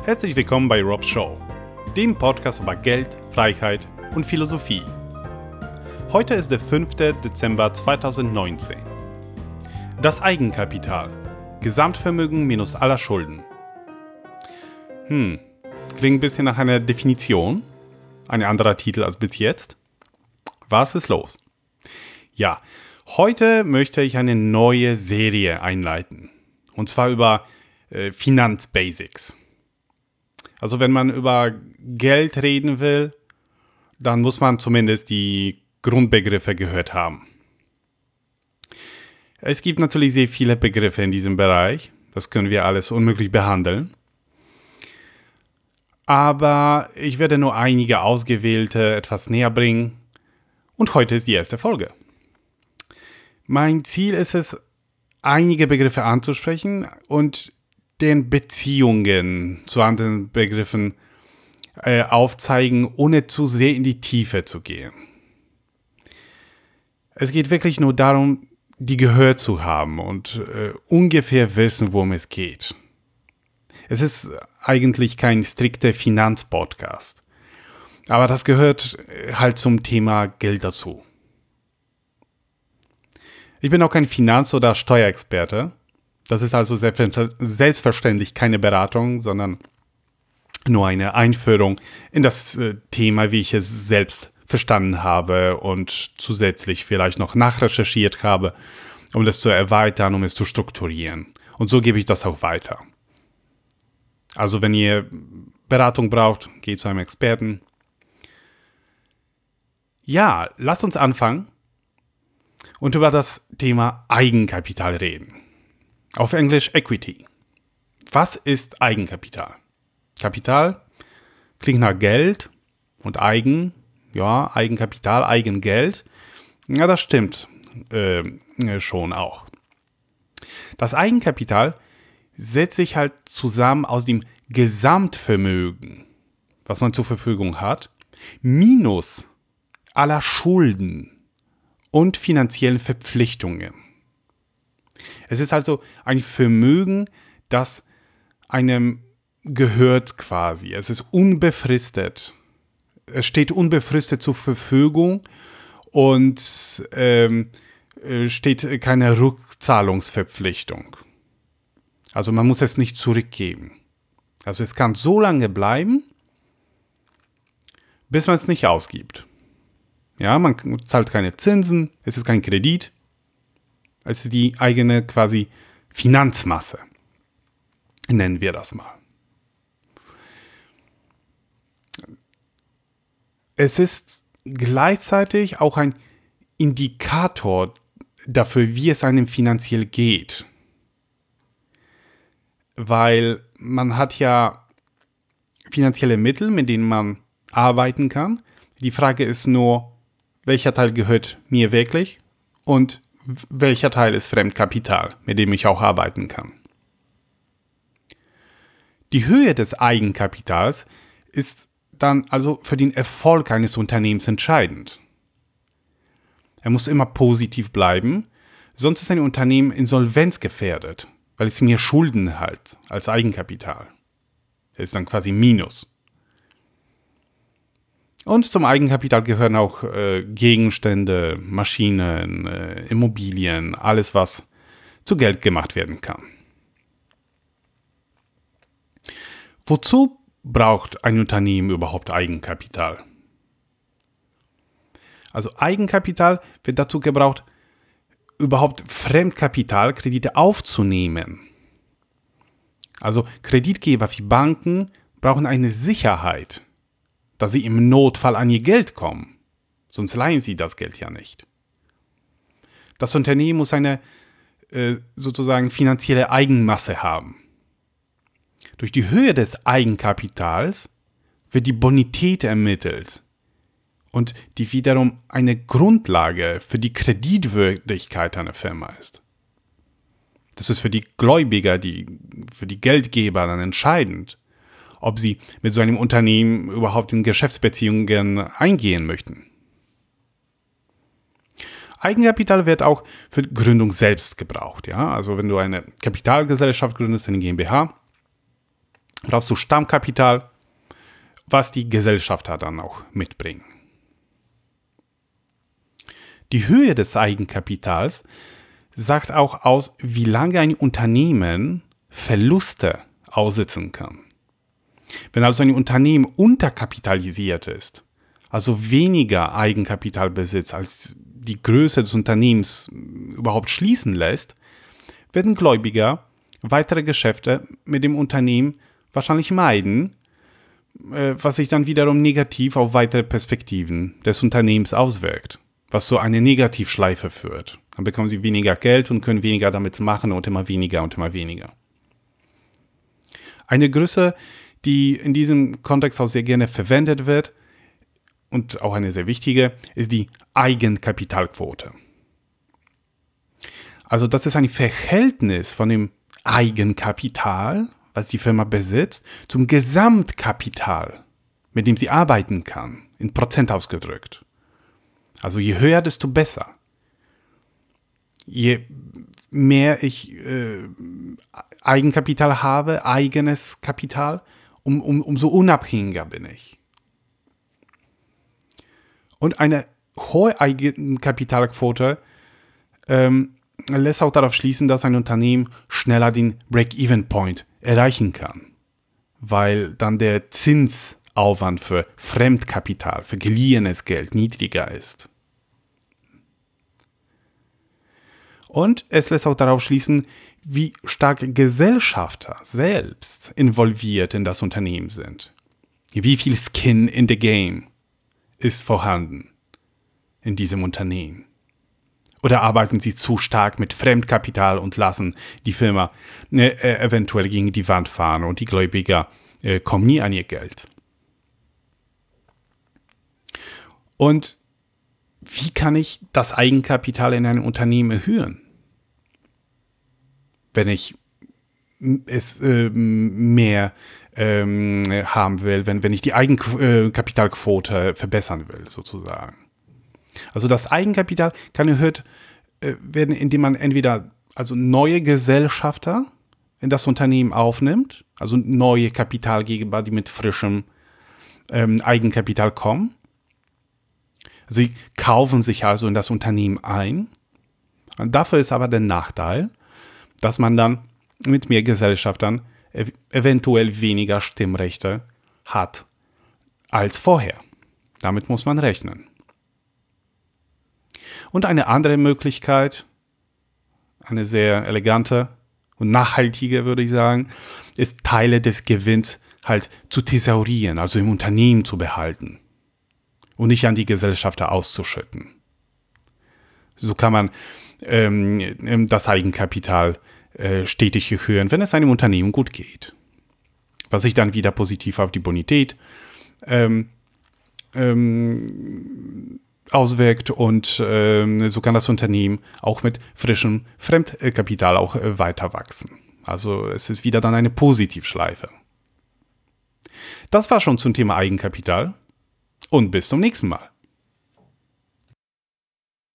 Herzlich willkommen bei Rob's Show, dem Podcast über Geld, Freiheit und Philosophie. Heute ist der 5. Dezember 2019. Das Eigenkapital. Gesamtvermögen minus aller Schulden. Klingt ein bisschen nach einer Definition. Ein anderer Titel als bis jetzt. Was ist los? Ja, heute möchte ich eine neue Serie einleiten. Und zwar über Finanzbasics. Also wenn man über Geld reden will, dann muss man zumindest die Grundbegriffe gehört haben. Es gibt natürlich sehr viele Begriffe in diesem Bereich. Das können wir alles unmöglich behandeln. Aber ich werde nur einige ausgewählte etwas näher bringen. Und heute ist die erste Folge. Mein Ziel ist es, einige Begriffe anzusprechen und den Beziehungen zu anderen Begriffen aufzeigen, ohne zu sehr in die Tiefe zu gehen. Es geht wirklich nur darum, die Gehör zu haben und ungefähr wissen, worum es geht. Es ist eigentlich kein strikter Finanzpodcast, aber das gehört halt zum Thema Geld dazu. Ich bin auch kein Finanz- oder Steuerexperte. Das ist also selbstverständlich keine Beratung, sondern nur eine Einführung in das Thema, wie ich es selbst verstanden habe und zusätzlich vielleicht noch nachrecherchiert habe, um das zu erweitern, um es zu strukturieren. Und so gebe ich das auch weiter. Also wenn ihr Beratung braucht, geht zu einem Experten. Ja, lasst uns anfangen und über das Thema Eigenkapital reden. Auf Englisch Equity. Was ist Eigenkapital? Kapital klingt nach Geld und Eigen, ja, Eigenkapital, Eigengeld. Ja, das stimmt schon auch. Das Eigenkapital setzt sich halt zusammen aus dem Gesamtvermögen, was man zur Verfügung hat, minus aller Schulden und finanziellen Verpflichtungen. Es ist also ein Vermögen, das einem gehört quasi. Es ist unbefristet. Es steht unbefristet zur Verfügung und steht keine Rückzahlungsverpflichtung. Also man muss es nicht zurückgeben. Also es kann so lange bleiben, bis man es nicht ausgibt. Ja, man zahlt keine Zinsen, es ist kein Kredit. Es ist die eigene quasi Finanzmasse, nennen wir das mal. Es ist gleichzeitig auch ein Indikator dafür, wie es einem finanziell geht. Weil man hat ja finanzielle Mittel, mit denen man arbeiten kann. Die Frage ist nur, welcher Teil gehört mir wirklich und welcher Teil ist Fremdkapital, mit dem ich auch arbeiten kann. Die Höhe des Eigenkapitals ist dann also für den Erfolg eines Unternehmens entscheidend. Er muss immer positiv bleiben, sonst ist ein Unternehmen insolvenzgefährdet, weil es mehr Schulden hat als Eigenkapital. Er ist dann quasi Minus. Und zum Eigenkapital gehören auch Gegenstände, Maschinen, Immobilien, alles, was zu Geld gemacht werden kann. Wozu braucht ein Unternehmen überhaupt Eigenkapital? Also Eigenkapital wird dazu gebraucht, überhaupt Fremdkapitalkredite aufzunehmen. Also Kreditgeber wie Banken brauchen eine Sicherheit, dass sie im Notfall an ihr Geld kommen. Sonst leihen sie das Geld ja nicht. Das Unternehmen muss eine sozusagen finanzielle Eigenmasse haben. Durch die Höhe des Eigenkapitals wird die Bonität ermittelt und die wiederum eine Grundlage für die Kreditwürdigkeit einer Firma ist. Das ist für die Gläubiger, für die Geldgeber dann entscheidend, ob sie mit so einem Unternehmen überhaupt in Geschäftsbeziehungen eingehen möchten. Eigenkapital wird auch für Gründung selbst gebraucht. Ja? Also wenn du eine Kapitalgesellschaft gründest, eine GmbH, brauchst du Stammkapital, was die Gesellschafter dann auch mitbringen. Die Höhe des Eigenkapitals sagt auch aus, wie lange ein Unternehmen Verluste aussitzen kann. Wenn also ein Unternehmen unterkapitalisiert ist, also weniger Eigenkapital besitzt, als die Größe des Unternehmens überhaupt schließen lässt, werden Gläubiger weitere Geschäfte mit dem Unternehmen wahrscheinlich meiden, was sich dann wiederum negativ auf weitere Perspektiven des Unternehmens auswirkt, was zu einer Negativschleife führt. Dann bekommen sie weniger Geld und können weniger damit machen und immer weniger und immer weniger. Eine Größe, die in diesem Kontext auch sehr gerne verwendet wird und auch eine sehr wichtige, ist die Eigenkapitalquote. Also das ist ein Verhältnis von dem Eigenkapital, was die Firma besitzt, zum Gesamtkapital, mit dem sie arbeiten kann, in Prozent ausgedrückt. Also je höher, desto besser. Je mehr ich Eigenkapital habe, eigenes Kapital, umso unabhängiger bin ich. Und eine hohe Eigenkapitalquote lässt auch darauf schließen, dass ein Unternehmen schneller den Break-Even-Point erreichen kann, weil dann der Zinsaufwand für Fremdkapital, für geliehenes Geld niedriger ist. Und es lässt auch darauf schließen, wie stark Gesellschafter selbst involviert in das Unternehmen sind. Wie viel Skin in the Game ist vorhanden in diesem Unternehmen. Oder arbeiten sie zu stark mit Fremdkapital und lassen die Firma eventuell gegen die Wand fahren und die Gläubiger kommen nie an ihr Geld. Und wie kann ich das Eigenkapital in einem Unternehmen erhöhen? Wenn ich es mehr haben will, wenn ich die Eigenkapitalquote verbessern will, sozusagen. Also das Eigenkapital kann erhöht werden, indem man entweder also neue Gesellschafter in das Unternehmen aufnimmt, also neue Kapitalgeber, die mit frischem Eigenkapital kommen. Sie kaufen sich also in das Unternehmen ein. Und dafür ist aber der Nachteil, dass man dann mit mehr Gesellschaftern eventuell weniger Stimmrechte hat als vorher. Damit muss man rechnen. Und eine andere Möglichkeit, eine sehr elegante und nachhaltige, würde ich sagen, ist Teile des Gewinns halt zu thesaurieren, also im Unternehmen zu behalten und nicht an die Gesellschafter auszuschütten. So kann man das Eigenkapital stetig erhöhen, wenn es einem Unternehmen gut geht. Was sich dann wieder positiv auf die Bonität auswirkt und so kann das Unternehmen auch mit frischem Fremdkapital auch weiter wachsen. Also es ist wieder dann eine Positivschleife. Das war schon zum Thema Eigenkapital und bis zum nächsten Mal.